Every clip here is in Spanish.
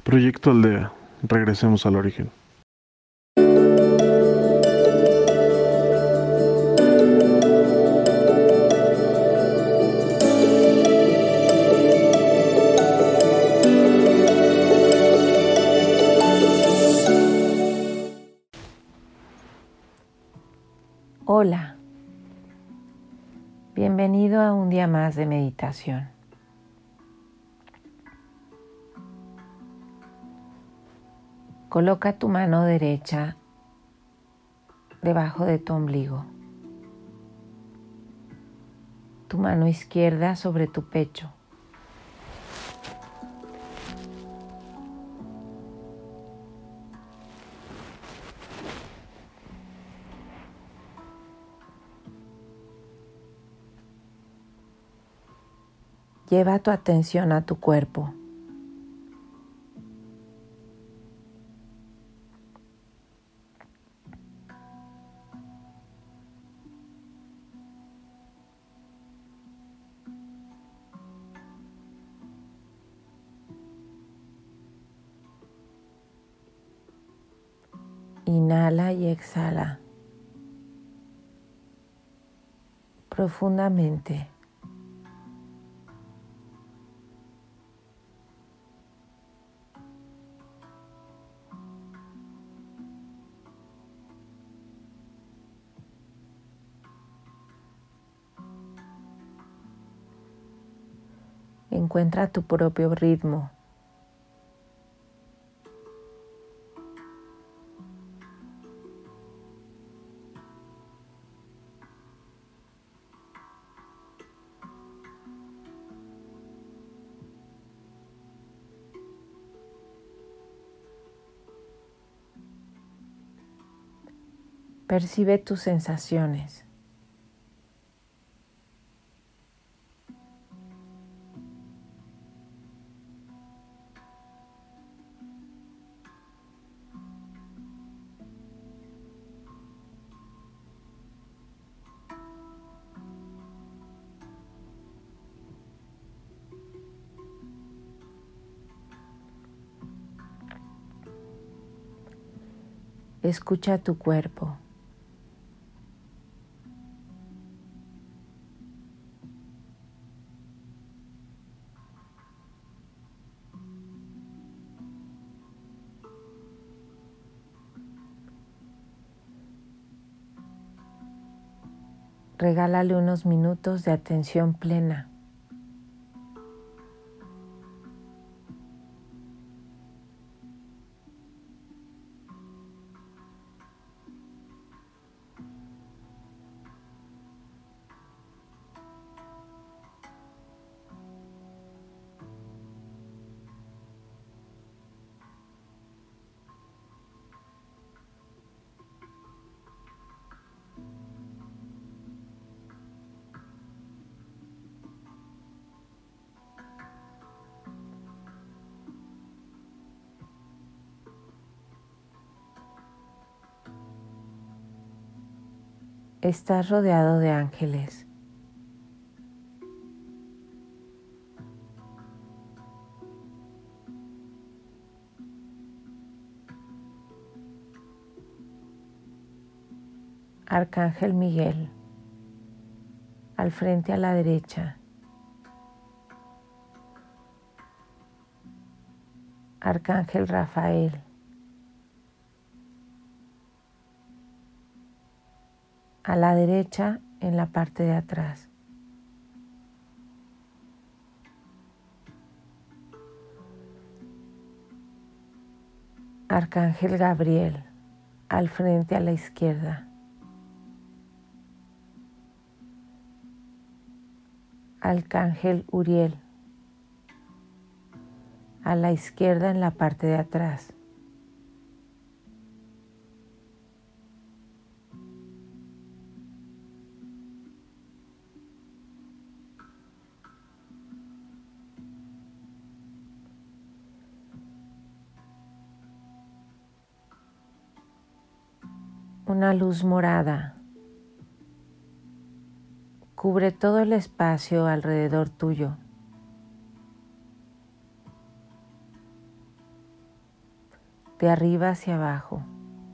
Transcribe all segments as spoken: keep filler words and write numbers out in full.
Proyecto Aldea. Regresemos al origen. Hola, bienvenido a un día más de meditación. Coloca tu mano derecha debajo de tu ombligo, tu mano izquierda sobre tu pecho. Lleva tu atención a tu cuerpo. Inhala y exhala profundamente. Encuentra tu propio ritmo. Percibe tus sensaciones. Escucha tu cuerpo. Regálale unos minutos de atención plena. Estás rodeado de ángeles. Arcángel Miguel, al frente a la derecha. Arcángel Rafael, a la derecha en la parte de atrás. Arcángel Gabriel, al frente a la izquierda. Arcángel Uriel, a la izquierda en la parte de atrás. Una luz morada cubre todo el espacio alrededor tuyo. de arriba hacia abajo.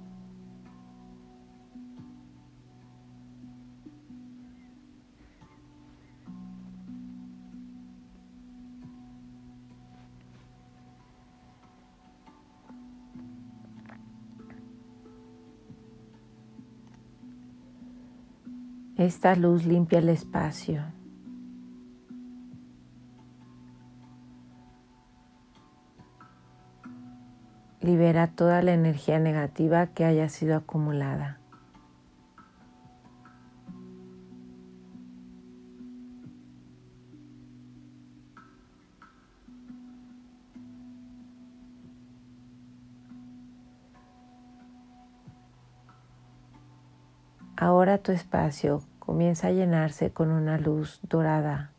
Esta luz limpia el espacio. Libera toda la energía negativa que haya sido acumulada. Ahora tu espacio comienza a llenarse con una luz dorada.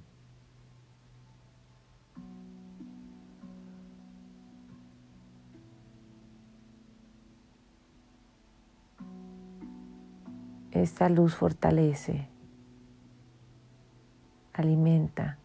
Esta luz fortalece, alimenta.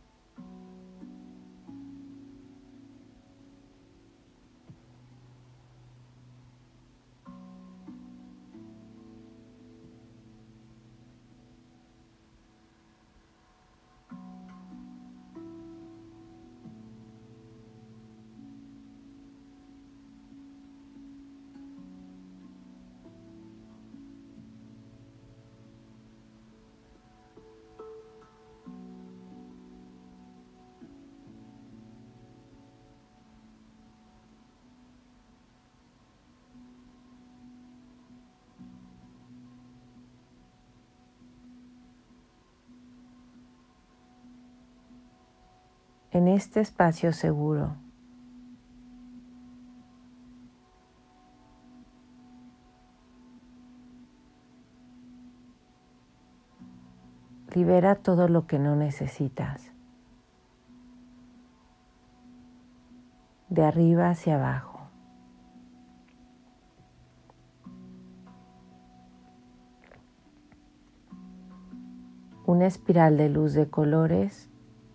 En este espacio seguro, libera todo lo que no necesitas, de arriba hacia abajo. Una espiral de luz de colores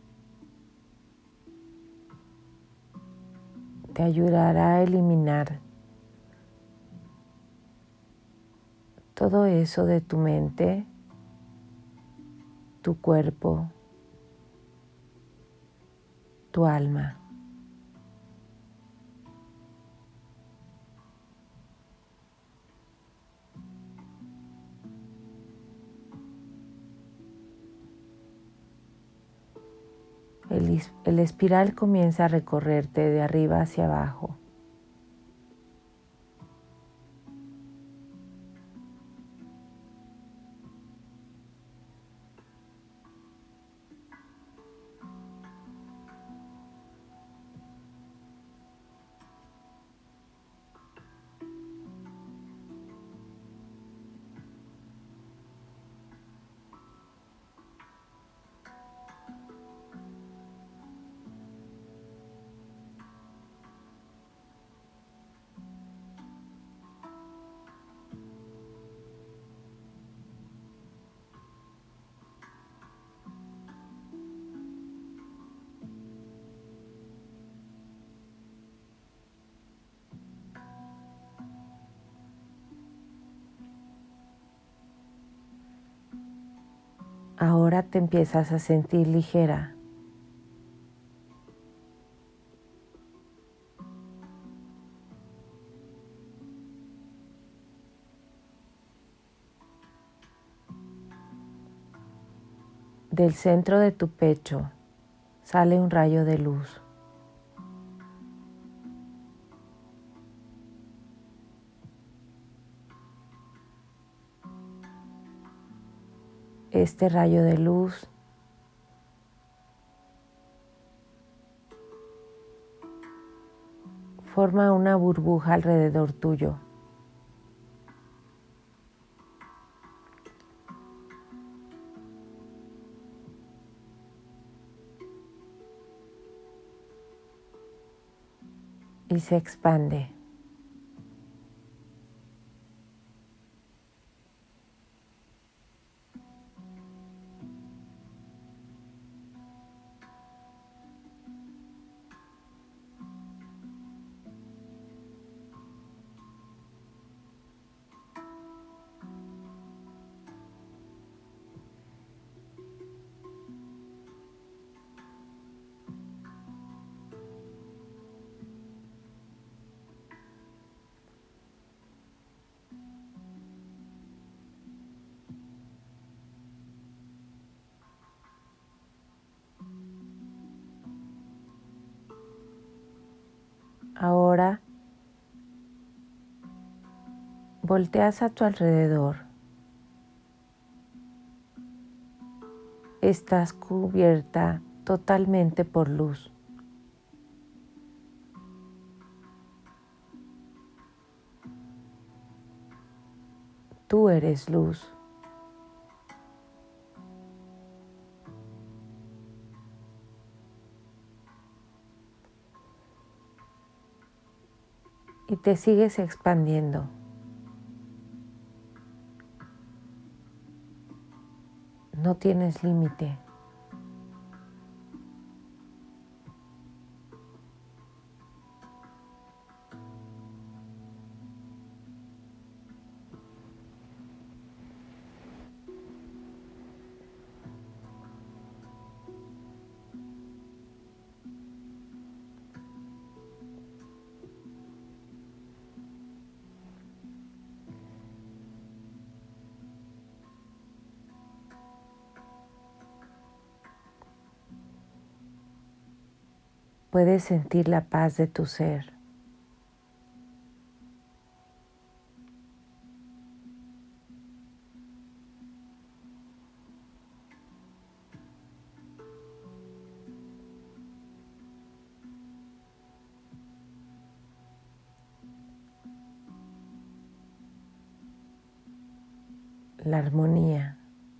te ayudará a eliminar todo eso de tu mente, tu cuerpo, tu alma. El, el espiral comienza a recorrerte de arriba hacia abajo. Ahora te empiezas a sentir ligera. Del centro de tu pecho sale un rayo de luz. Este rayo de luz forma una burbuja alrededor tuyo. Y se expande. Ahora volteas a tu alrededor. Estás cubierta totalmente por luz. Tú eres luz. Y te sigues expandiendo. No tienes límite. Puedes sentir la paz de tu ser. La armonía.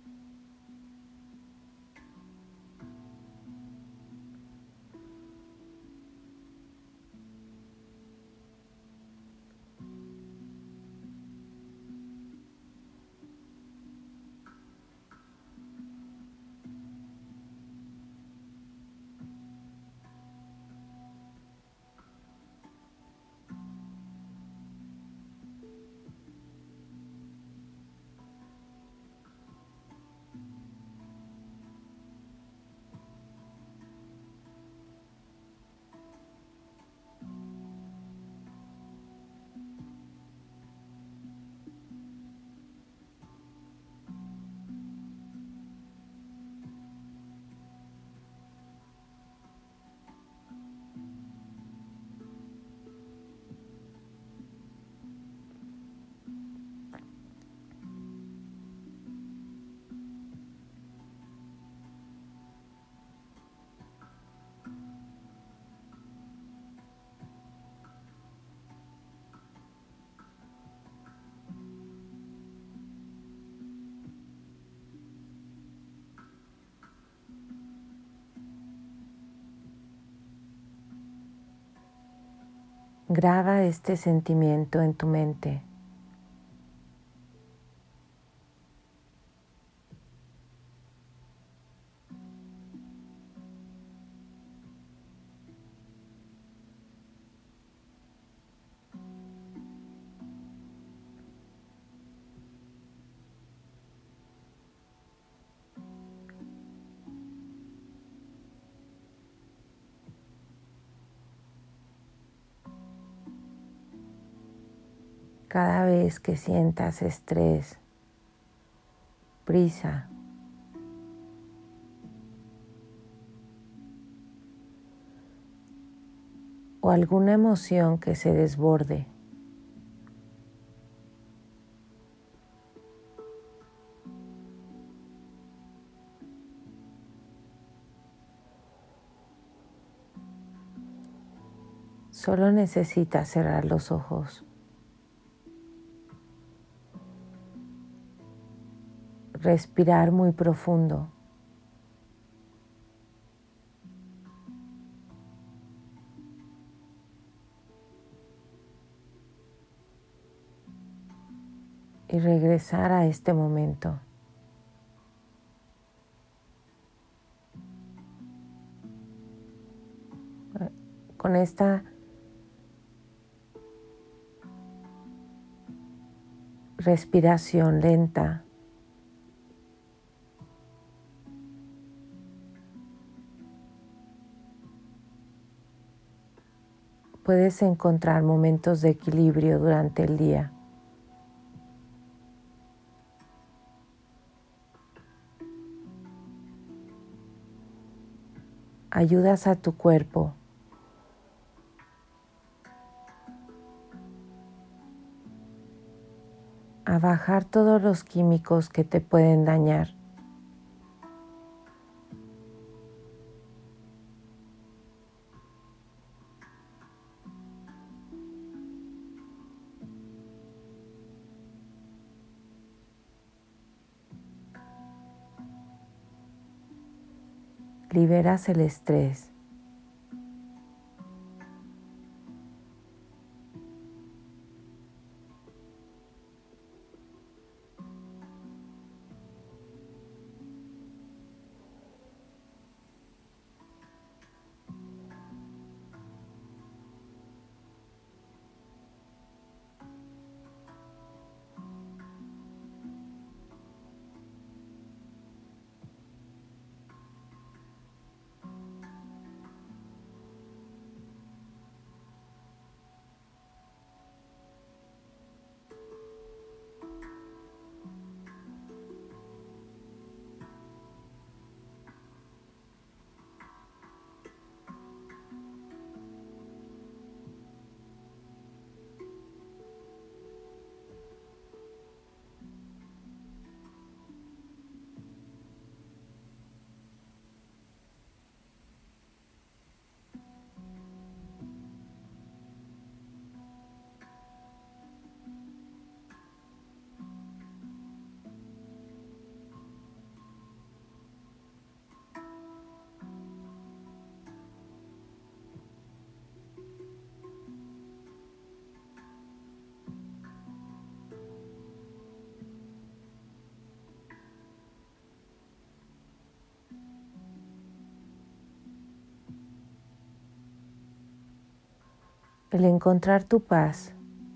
Graba este sentimiento en tu mente. Cada vez que sientas estrés, prisa, o alguna emoción que se desborde, solo necesitas cerrar los ojos. Respirar muy profundo. Y regresar a este momento. Con esta respiración lenta, puedes encontrar momentos de equilibrio durante el día. Ayudas a tu cuerpo a bajar todos los químicos que te pueden dañar. Liberas el estrés. El encontrar tu paz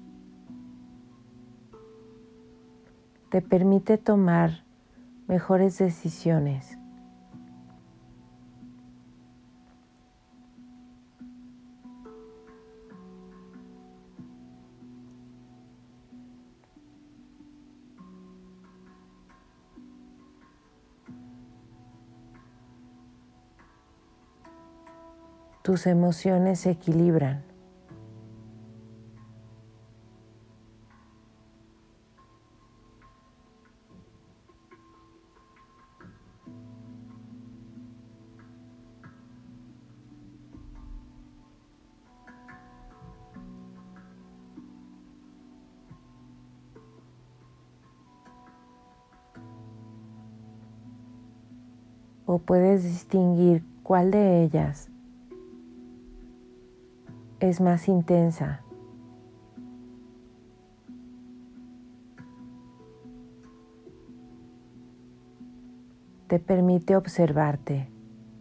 te permite tomar mejores decisiones. Tus emociones se equilibran. O puedes distinguir cuál de ellas es más intensa. Te permite observarte.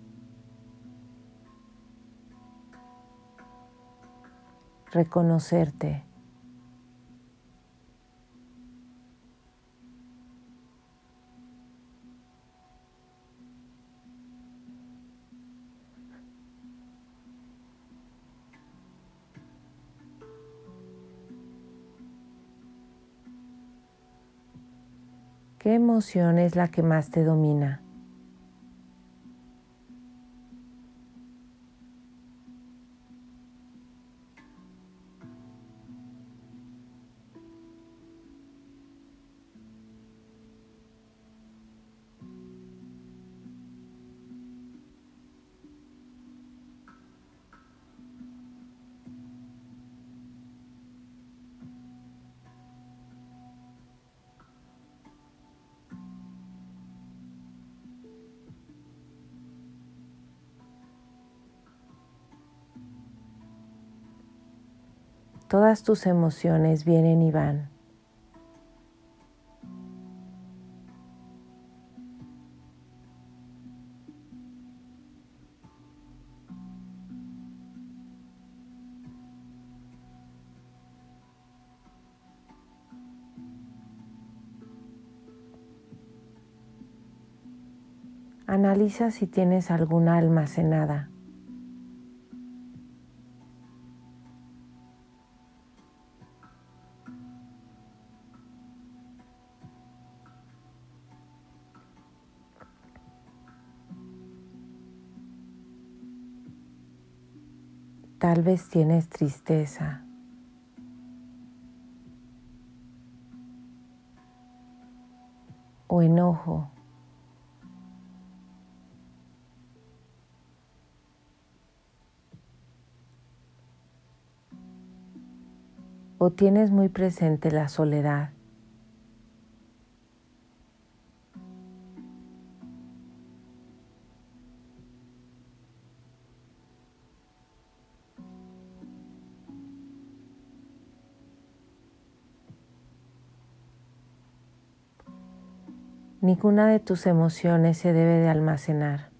Reconocerte. ¿Qué emoción es la que más te domina? Todas tus emociones vienen y van. Analiza si tienes alguna almacenada. Tal vez tienes tristeza. o enojo. O tienes muy presente la soledad. Ninguna de tus emociones se debe de almacenar.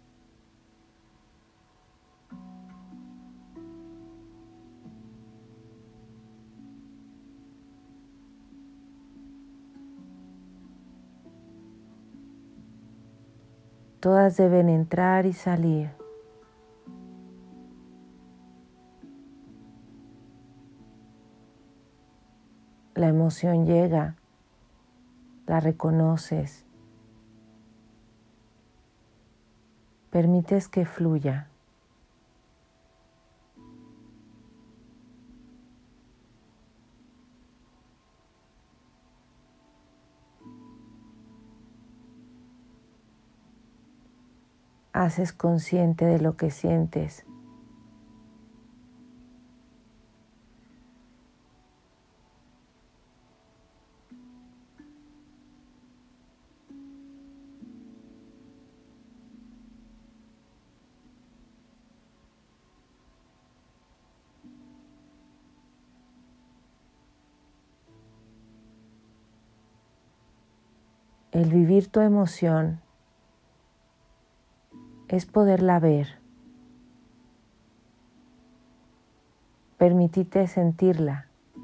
Todas deben entrar y salir. La emoción llega, la reconoces, permites que fluya. Haces consciente de lo que sientes. El vivir tu emoción es poderla ver, permitirte sentirla,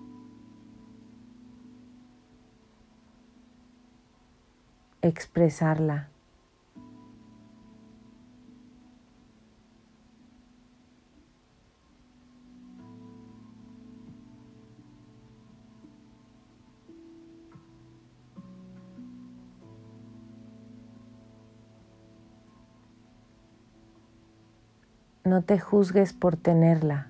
expresarla. No te juzgues por tenerla.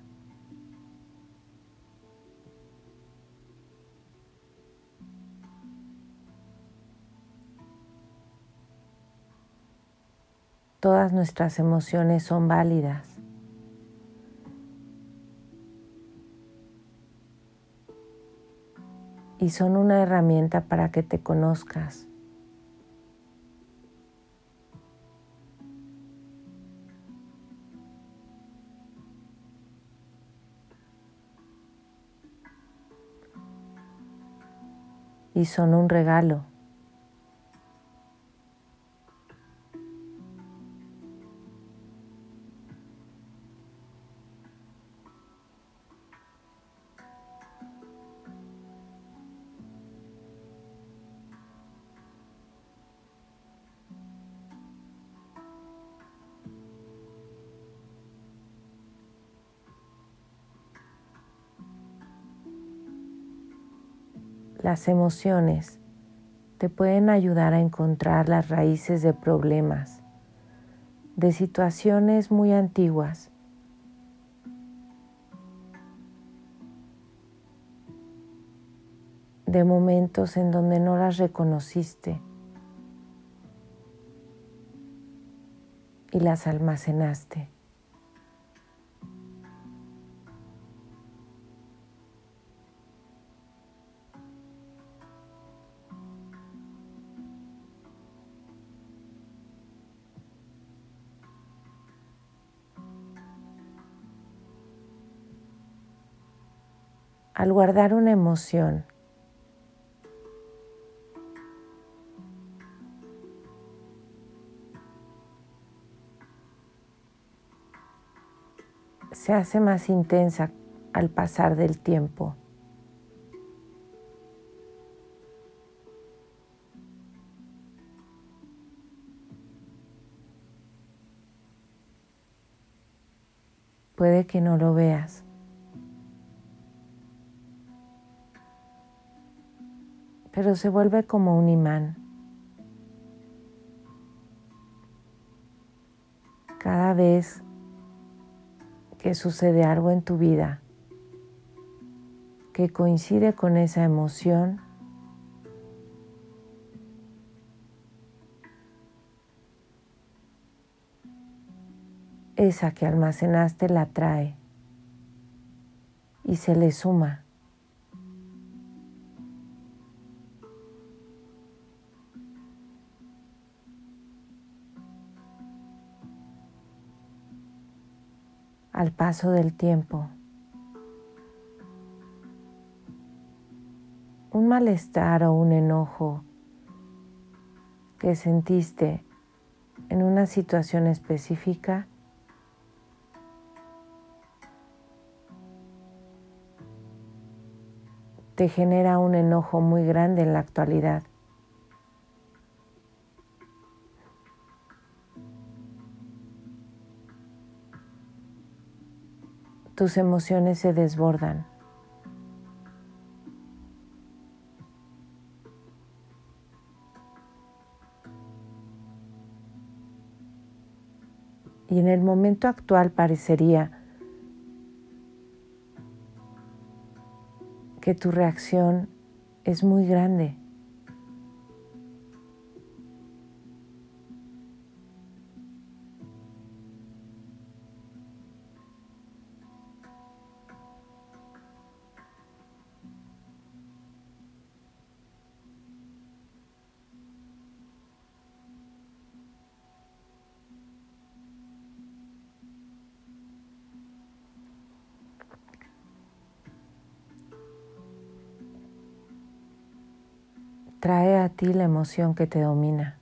Todas nuestras emociones son válidas. Y son una herramienta para que te conozcas. Y son un regalo. Las emociones te pueden ayudar a encontrar las raíces de problemas, de situaciones muy antiguas. De momentos en donde no las reconociste y las almacenaste. Al guardar una emoción, se hace más intensa al pasar del tiempo. Puede que no lo veas, pero se vuelve como un imán. Cada vez que sucede algo en tu vida que coincide con esa emoción, esa que almacenaste la trae y se le suma. Al paso del tiempo, un malestar o un enojo que sentiste en una situación específica te genera un enojo muy grande en la actualidad. Tus emociones se desbordan. Y en el momento actual parecería que tu reacción es muy grande. Trae a ti la emoción que te domina.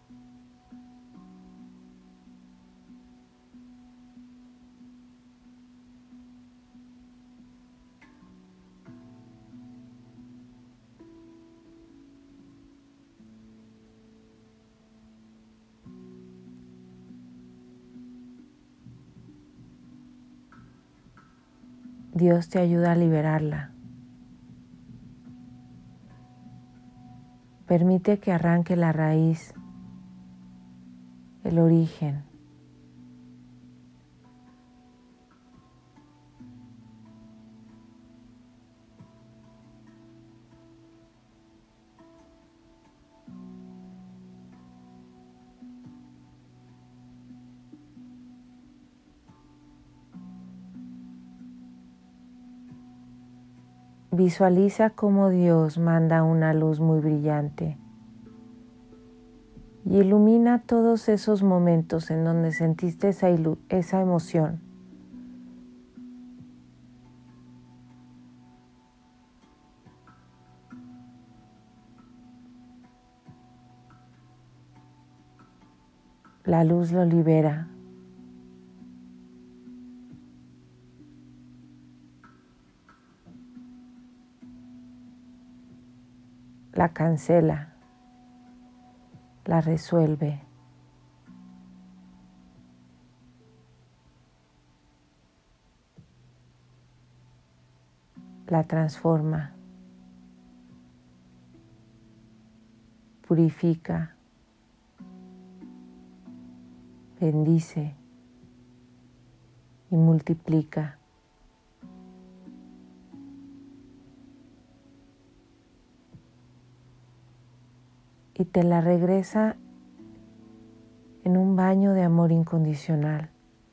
Dios te ayuda a liberarla. Permite que arranque la raíz, el origen. Visualiza cómo Dios manda una luz muy brillante y ilumina todos esos momentos en donde sentiste esa, esa emoción. La luz lo libera. La cancela. La resuelve. La transforma. Purifica. Bendice y multiplica. Y te la regresa en un baño de amor incondicional.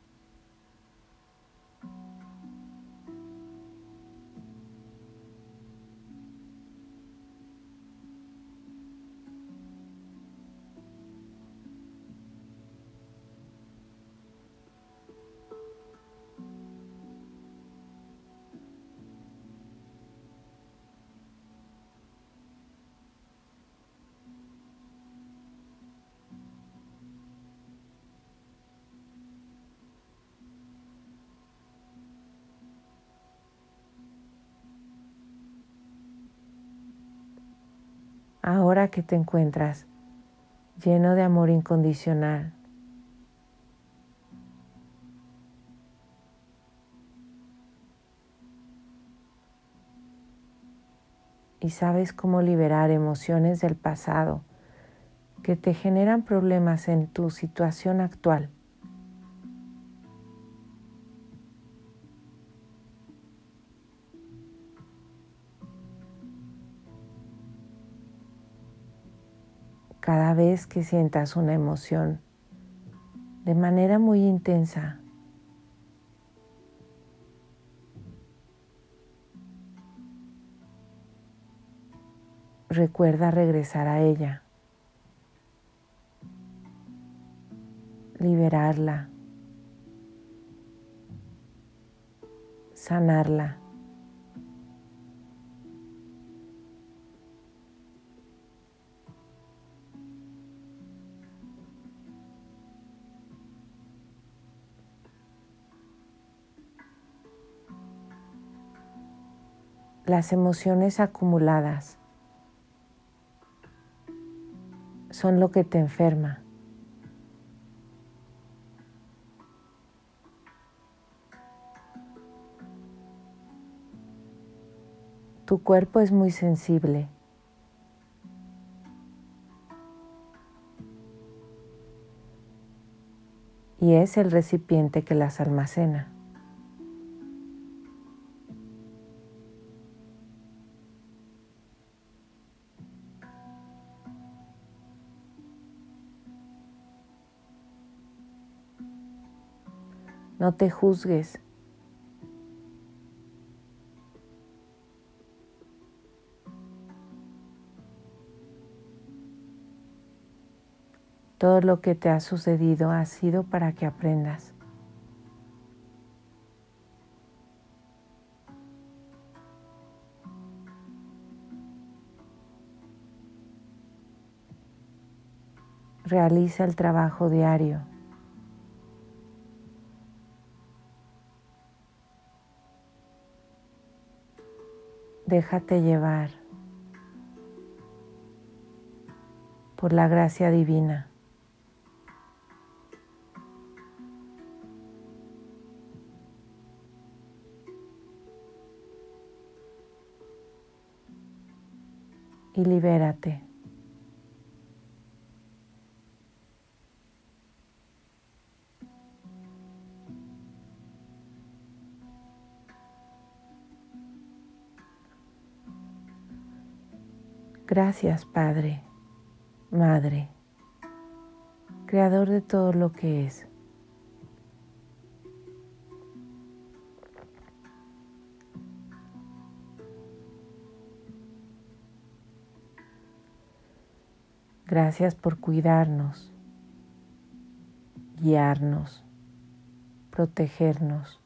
Ahora que te encuentras lleno de amor incondicional, y sabes cómo liberar emociones del pasado que te generan problemas en tu situación actual, cada vez que sientas una emoción de manera muy intensa, recuerda regresar a ella, liberarla, sanarla. Las emociones acumuladas son lo que te enferma. Tu cuerpo es muy sensible. Y es el recipiente que las almacena. No te juzgues. Todo lo que te ha sucedido ha sido para que aprendas. Realiza el trabajo diario. Déjate llevar por la gracia divina. Y libérate. Gracias, Padre, Madre, Creador de todo lo que es. Gracias por cuidarnos, guiarnos, protegernos.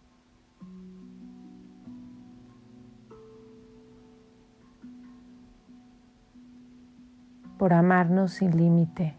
Por amarnos sin límite.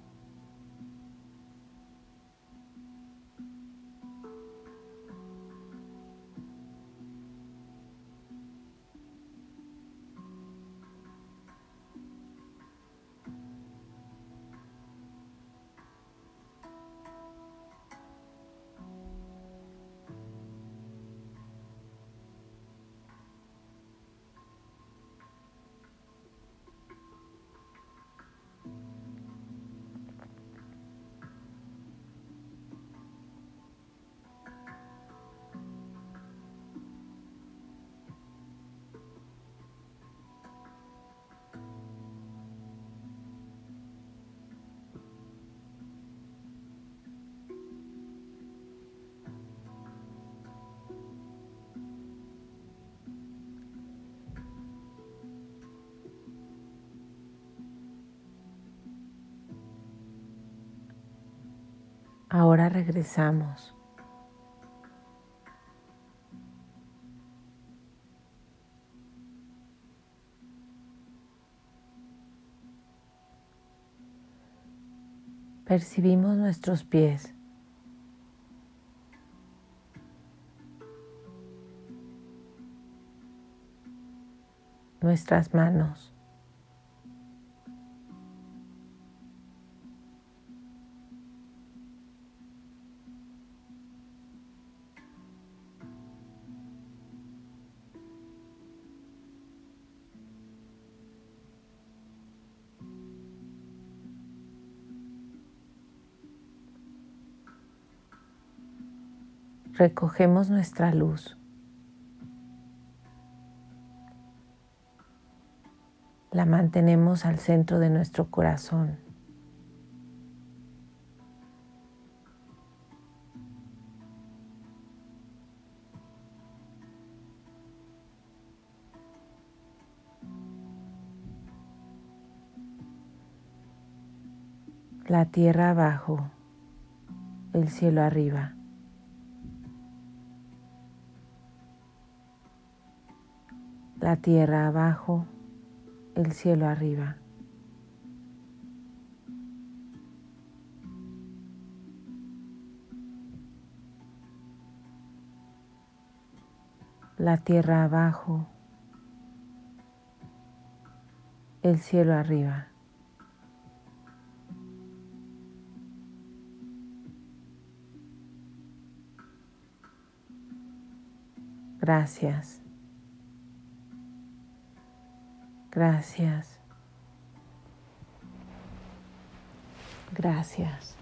Ahora regresamos. Percibimos nuestros pies. Nuestras manos. Recogemos nuestra luz. La mantenemos al centro de nuestro corazón. La tierra abajo, el cielo arriba. La tierra abajo, el cielo arriba. La tierra abajo, el cielo arriba. Gracias. Gracias. Gracias.